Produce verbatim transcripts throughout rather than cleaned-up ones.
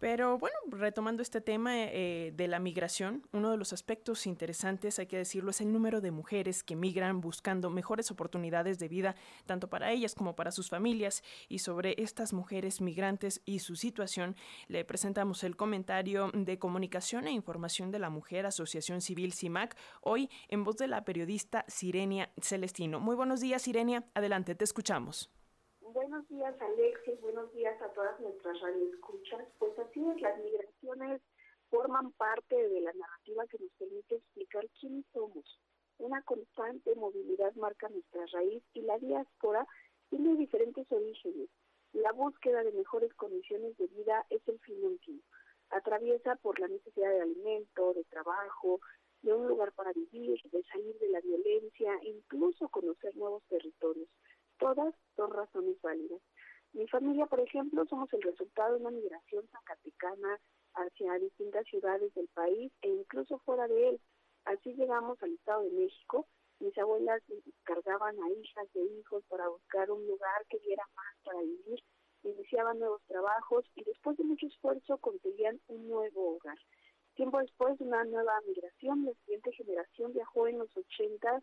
Pero bueno, retomando este tema eh, de la migración, uno de los aspectos interesantes, hay que decirlo, es el número de mujeres que migran buscando mejores oportunidades de vida, tanto para ellas como para sus familias. Y sobre estas mujeres migrantes y su situación, le presentamos el comentario de Comunicación e Información de la Mujer, Asociación Civil CIMAC, hoy en voz de la periodista Sirenia Celestino. Muy buenos días, Sirenia. Adelante, te escuchamos. Buenos días, Alexis. Buenos días a todas nuestras radioescuchas. Pues así es, las migraciones forman parte de la narrativa que nos permite explicar quiénes somos. Una constante movilidad marca nuestra raíz y la diáspora tiene diferentes orígenes. La búsqueda de mejores condiciones de vida es el fin último. Atraviesa por la necesidad de alimento, de trabajo, de un lugar para vivir, de salir de la violencia, e incluso conocer nuevos territorios. Todas son razones válidas. Mi familia, por ejemplo, somos el resultado de una migración zacatecana hacia distintas ciudades del país e incluso fuera de él. Así llegamos al Estado de México. Mis abuelas cargaban a hijas e hijos para buscar un lugar que diera más para vivir, iniciaban nuevos trabajos y después de mucho esfuerzo conseguían un nuevo hogar. Tiempo después de una nueva migración, la siguiente generación viajó en los ochentas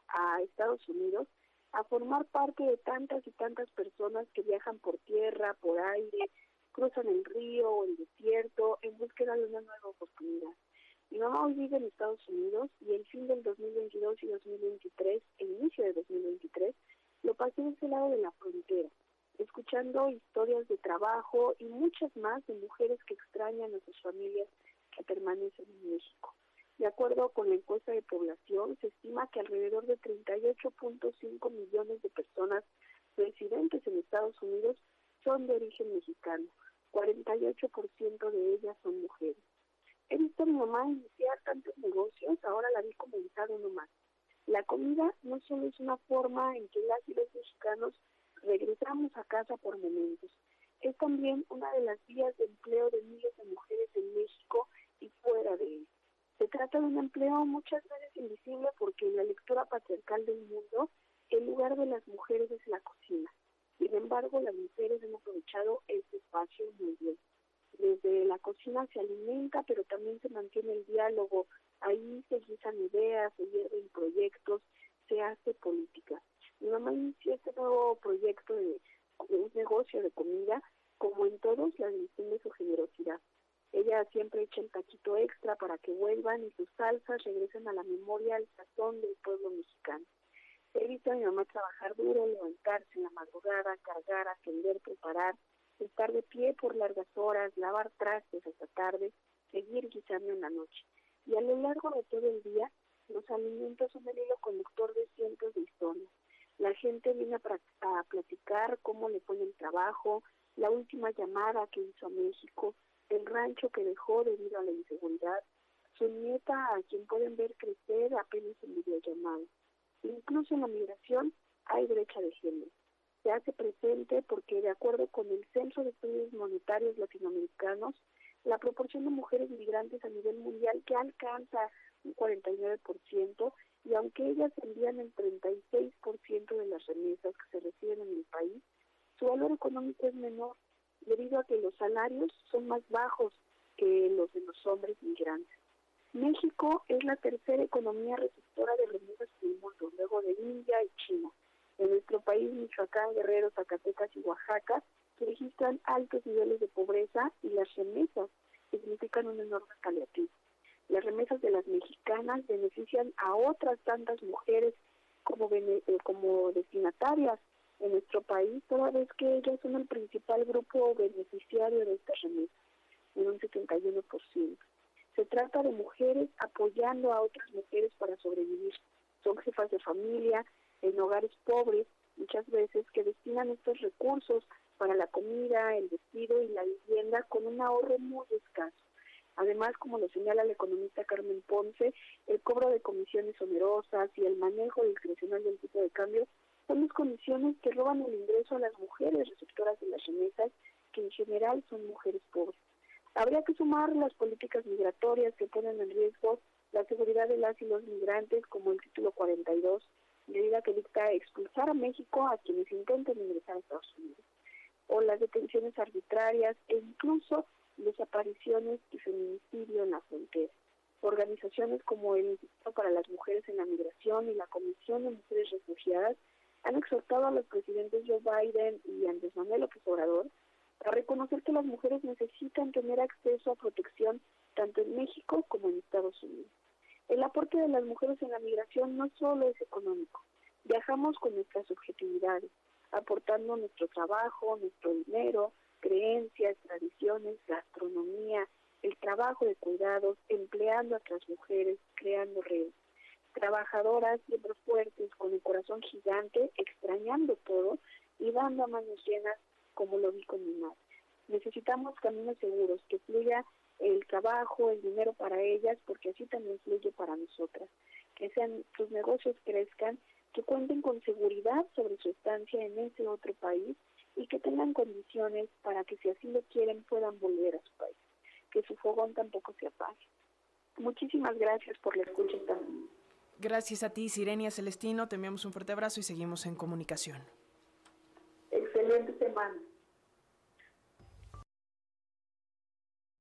a Estados Unidos a formar parte de tantas y tantas personas que viajan por tierra, por aire, cruzan el río o el desierto en búsqueda de una nueva oportunidad. Mi mamá hoy vive en Estados Unidos y el fin del dos mil veintidós y dos mil veintitrés, el inicio de dos mil veintitrés, lo pasé de ese lado de la frontera, escuchando historias de trabajo y muchas más de mujeres que extrañan a sus familias que permanecen en México. De acuerdo con la encuesta de población, se estima que alrededor de treinta y ocho punto cinco millones de personas residentes en Estados Unidos son de origen mexicano. cuarenta y ocho por ciento de ellas son mujeres. He visto a mi mamá iniciar tantos negocios, ahora la vi comenzar uno más. La comida no solo es una forma en que las y los mexicanos regresamos a casa por momentos, es también una de las vías de empleo de miles de mujeres en México y fuera de él. Se trata de un empleo muchas veces invisible porque en la lectura patriarcal del mundo, el lugar de las mujeres es la cocina. Sin embargo, las mujeres han aprovechado este espacio muy bien. Desde la cocina se alimenta, pero también se mantiene el diálogo. Ahí se guisan ideas, se hierven proyectos, se hace política. Mi mamá inició este nuevo proyecto de un negocio de comida, como en todos, la división de su generosidad. Ella siempre echa el taquito extra para que vuelvan y sus salsas regresen a la memoria, al sazón del pueblo mexicano. He visto a mi mamá trabajar duro, levantarse en la madrugada, cargar, atender, preparar, estar de pie por largas horas, lavar trastes hasta tarde, seguir guisando en la noche. Y a lo largo de todo el día, los alimentos son el hilo conductor de cientos de historias. La gente viene a, a platicar cómo le fue el trabajo, la última llamada que hizo a México, el rancho que dejó debido a la inseguridad, su nieta a quien pueden ver crecer apenas en videollamada. Incluso en la migración hay brecha de género. Se hace presente porque, de acuerdo con el Centro de Estudios Monetarios Latinoamericanos, la proporción de mujeres migrantes a nivel mundial que alcanza un cuarenta y nueve por ciento, y aunque ellas envían el treinta y seis por ciento de las remesas que se reciben en el país, su valor económico es menor, debido a que los salarios son más bajos que los de los hombres migrantes. México es la tercera economía receptora de remesas del mundo, luego de India y China. En nuestro país, Michoacán, Guerrero, Zacatecas y Oaxaca se registran altos niveles de pobreza y las remesas significan un enorme paliativo. Las remesas de las mexicanas benefician a otras tantas mujeres como, bene, eh, como destinatarias en nuestro país, toda vez que ellas son el principal grupo beneficiario de estas remesas, en un setenta y uno por ciento. Se trata de mujeres apoyando a otras mujeres para sobrevivir. Son jefas de familia en hogares pobres, muchas veces, que destinan estos recursos para la comida, el vestido y la vivienda con un ahorro muy escaso. Además, como lo señala la economista Carmen Ponce, el cobro de comisiones onerosas y el manejo discrecional del tipo de cambio son las condiciones que roban el ingreso a las mujeres receptoras de las remesas, que en general son mujeres pobres. Habría que sumar las políticas migratorias que ponen en riesgo la seguridad de las y los migrantes, como el título cuarenta y dos, medida que dicta expulsar a México a quienes intenten ingresar a Estados Unidos, o las detenciones arbitrarias e incluso desapariciones y feminicidio en la frontera. Organizaciones como el Instituto para las Mujeres en la Migración y la Comisión de Mujeres Refugiadas han exhortado a los presidentes Joe Biden y Andrés Manuel López Obrador a reconocer que las mujeres necesitan tener acceso a protección tanto en México como en Estados Unidos. El aporte de las mujeres en la migración no solo es económico, viajamos con nuestras subjetividades, aportando nuestro trabajo, nuestro dinero, creencias, tradiciones, gastronomía, el trabajo de cuidados, empleando a otras mujeres, creando redes. Trabajadoras, siempre fuertes, con el corazón gigante, extrañando todo y dando a manos llenas, como lo vi con mi madre. Necesitamos caminos seguros, que fluya el trabajo, el dinero para ellas, porque así también fluye para nosotras. Que sean, sus negocios crezcan, que cuenten con seguridad sobre su estancia en ese otro país y que tengan condiciones para que, si así lo quieren, puedan volver a su país. Que su fogón tampoco se apague. Muchísimas gracias por la escucha también. Gracias a ti, Sirenia Celestino. Te enviamos un fuerte abrazo y seguimos en comunicación. Excelente semana.